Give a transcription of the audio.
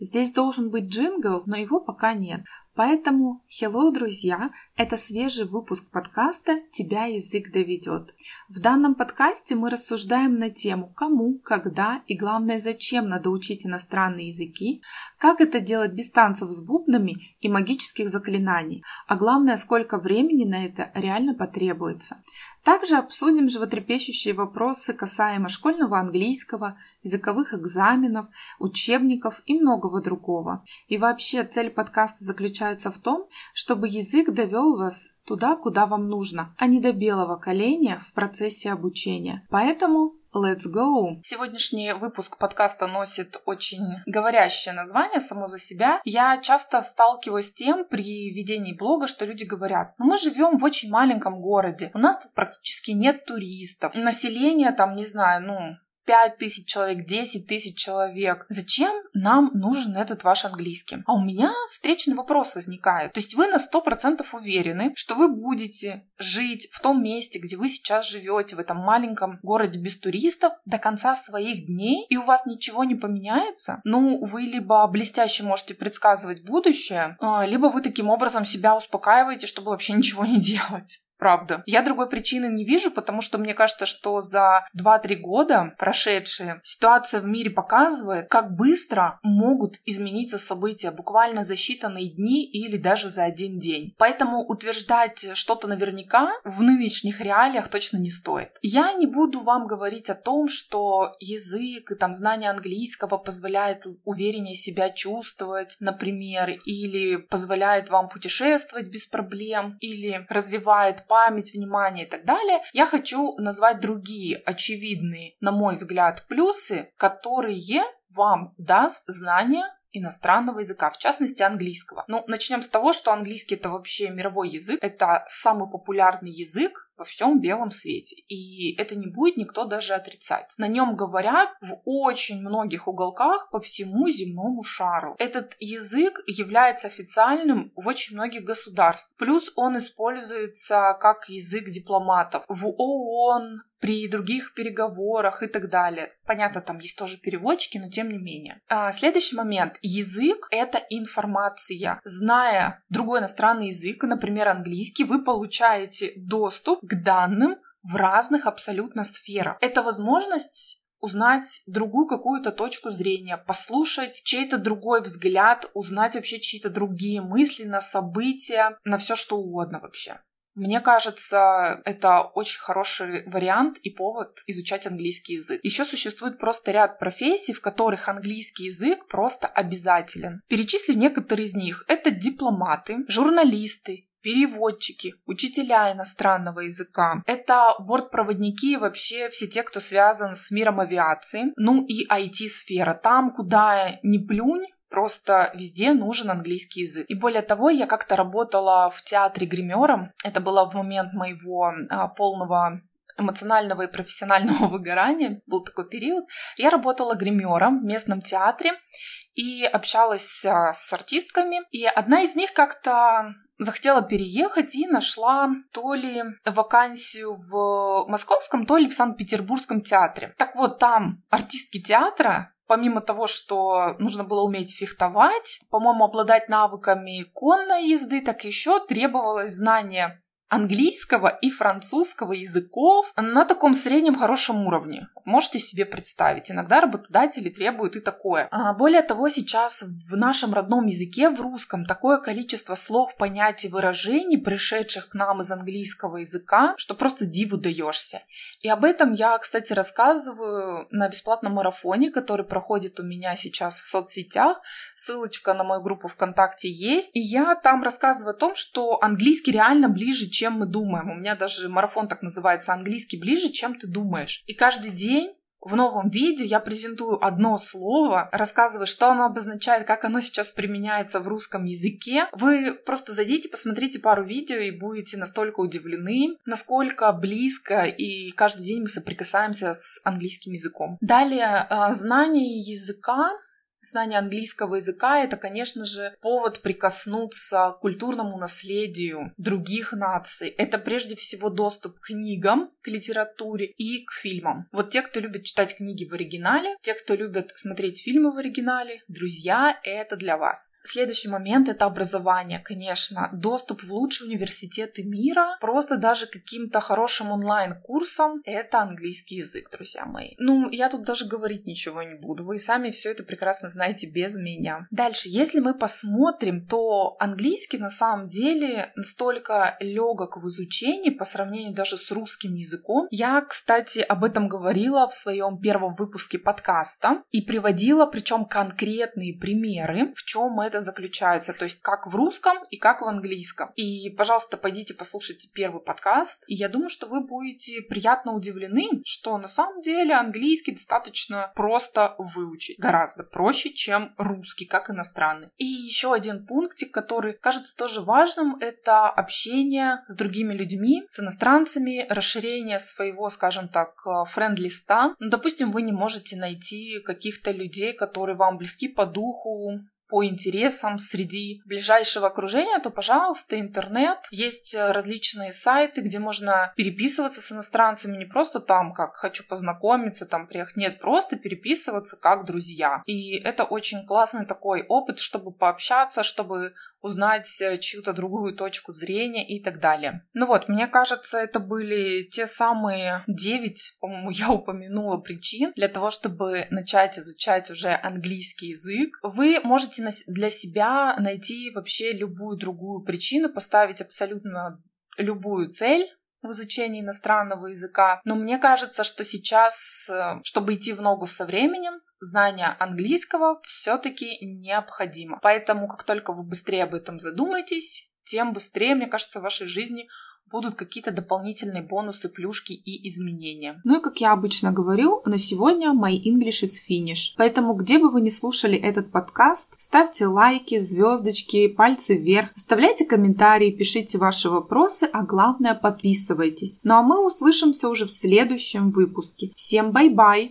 Здесь должен быть джингл, но его пока нет. Поэтому, hello, друзья! Это свежий выпуск подкаста «Тебя язык доведет». В данном подкасте мы рассуждаем на тему, кому, когда и, главное, зачем надо учить иностранные языки, как это делать без танцев с бубнами и магических заклинаний, а главное, сколько времени на это реально потребуется. Также обсудим животрепещущие вопросы касаемо школьного английского, языковых экзаменов, учебников и многого другого. И вообще цель подкаста заключается в том, чтобы язык довел вас туда, куда вам нужно, а не до белого коленя в процессе обучения. Поэтому let's go! Сегодняшний выпуск подкаста носит очень говорящее название само за себя. Я часто сталкиваюсь с тем при ведении блога, что люди говорят: мы живем в очень маленьком городе, у нас тут практически нет туристов, население там, не знаю, 5 тысяч человек, 10 тысяч человек. Зачем нам нужен этот ваш английский? А у меня встречный вопрос возникает. То есть вы на 100% уверены, что вы будете жить в том месте, где вы сейчас живете, в этом маленьком городе без туристов до конца своих дней, и у вас ничего не поменяется? Вы либо блестяще можете предсказывать будущее, либо вы таким образом себя успокаиваете, чтобы вообще ничего не делать. Правда. Я другой причины не вижу, потому что мне кажется, что за 2-3 года прошедшие ситуация в мире показывает, как быстро могут измениться события буквально за считанные дни или даже за один день. Поэтому утверждать что-то наверняка в нынешних реалиях точно не стоит. Я не буду вам говорить о том, что язык и знание английского позволяет увереннее себя чувствовать, например, или позволяет вам путешествовать без проблем, или развивает память, внимание и так далее. Я хочу назвать другие очевидные, на мой взгляд, плюсы, которые вам даст знание иностранного языка, в частности английского. Начнем с того, что английский — это вообще мировой язык, это самый популярный язык во всем белом свете, и это не будет никто даже отрицать. На нем говорят в очень многих уголках по всему земному шару. Этот язык является официальным в очень многих государствах. Плюс он используется как язык дипломатов в ООН, при других переговорах и так далее. Понятно, там есть тоже переводчики, но тем не менее. Следующий момент. Язык — это информация. Зная другой иностранный язык, например, английский, вы получаете доступ к данным в разных абсолютно сферах. Это возможность узнать другую какую-то точку зрения, послушать чей-то другой взгляд, узнать вообще чьи-то другие мысли на события, на все что угодно вообще. Мне кажется, это очень хороший вариант и повод изучать английский язык. Еще существует просто ряд профессий, в которых английский язык просто обязателен. Перечислю некоторые из них. Это дипломаты, журналисты, переводчики, учителя иностранного языка. Это бортпроводники и вообще все те, кто связан с миром авиации. И IT-сфера. Там, куда ни плюнь, просто везде нужен английский язык. И более того, я как-то работала в театре гримером. Это было в момент моего полного эмоционального и профессионального выгорания. Был такой период. Я работала гримером в местном театре и общалась с артистками. И одна из них как-то захотела переехать и нашла то ли вакансию в Московском, то ли в Санкт-Петербургском театре. Так вот, там артистки театра, помимо того, что нужно было уметь фехтовать, по-моему, обладать навыками конной езды, так еще требовалось знание английского и французского языков на таком среднем хорошем уровне. Можете себе представить, иногда работодатели требуют и такое. Более того, сейчас в нашем родном языке, в русском, такое количество слов, понятий, выражений, пришедших к нам из английского языка, что просто диву даешься. И об этом я, кстати, рассказываю на бесплатном марафоне, который проходит у меня сейчас в соцсетях. Ссылочка на мою группу ВКонтакте есть. И я там рассказываю о том, что английский реально ближе, чем мы думаем. У меня даже марафон так называется «Английский ближе, чем ты думаешь». И каждый день в новом видео я презентую одно слово, рассказываю, что оно обозначает, как оно сейчас применяется в русском языке. Вы просто зайдите, посмотрите пару видео и будете настолько удивлены, насколько близко и каждый день мы соприкасаемся с английским языком. Далее, знание языка Знание английского языка — это, конечно же, повод прикоснуться к культурному наследию других наций. Это прежде всего доступ к книгам, к литературе и к фильмам. Вот те, кто любит читать книги в оригинале, те, кто любит смотреть фильмы в оригинале, друзья, это для вас. Следующий момент — это образование, конечно. Доступ в лучшие университеты мира, просто даже каким-то хорошим онлайн-курсом — это английский язык, друзья мои. Я тут даже говорить ничего не буду. Вы сами все это прекрасно знаете без меня. Дальше, если мы посмотрим, то английский на самом деле настолько легок в изучении по сравнению даже с русским языком. Я, кстати, об этом говорила в своем первом выпуске подкаста и приводила, причем конкретные примеры, в чем это заключается, то есть как в русском и как в английском. И, пожалуйста, пойдите послушайте первый подкаст, и я думаю, что вы будете приятно удивлены, что на самом деле английский достаточно просто выучить, гораздо проще, чем русский, как иностранный. И еще один пунктик, который кажется тоже важным, это общение с другими людьми, с иностранцами, расширение своего, скажем так, френд-листа. Допустим, вы не можете найти каких-то людей, которые вам близки по духу, по интересам среди ближайшего окружения, то, пожалуйста, интернет. Есть различные сайты, где можно переписываться с иностранцами не просто там, как хочу познакомиться, там приехать. Нет, просто переписываться как друзья. И это очень классный такой опыт, чтобы пообщаться, чтобы узнать чью-то другую точку зрения и так далее. Мне кажется, это были те самые 9, по-моему, я упомянула причин для того, чтобы начать изучать уже английский язык. Вы можете для себя найти вообще любую другую причину, поставить абсолютно любую цель в изучении иностранного языка. Но мне кажется, что сейчас, чтобы идти в ногу со временем, знание английского все-таки необходимо. Поэтому, как только вы быстрее об этом задумаетесь, тем быстрее, мне кажется, в вашей жизни будут какие-то дополнительные бонусы, плюшки и изменения. И как я обычно говорю, на сегодня my English is finished. Поэтому, где бы вы ни слушали этот подкаст, ставьте лайки, звездочки, пальцы вверх, оставляйте комментарии, пишите ваши вопросы, а главное, подписывайтесь. А мы услышимся уже в следующем выпуске. Всем бай-бай!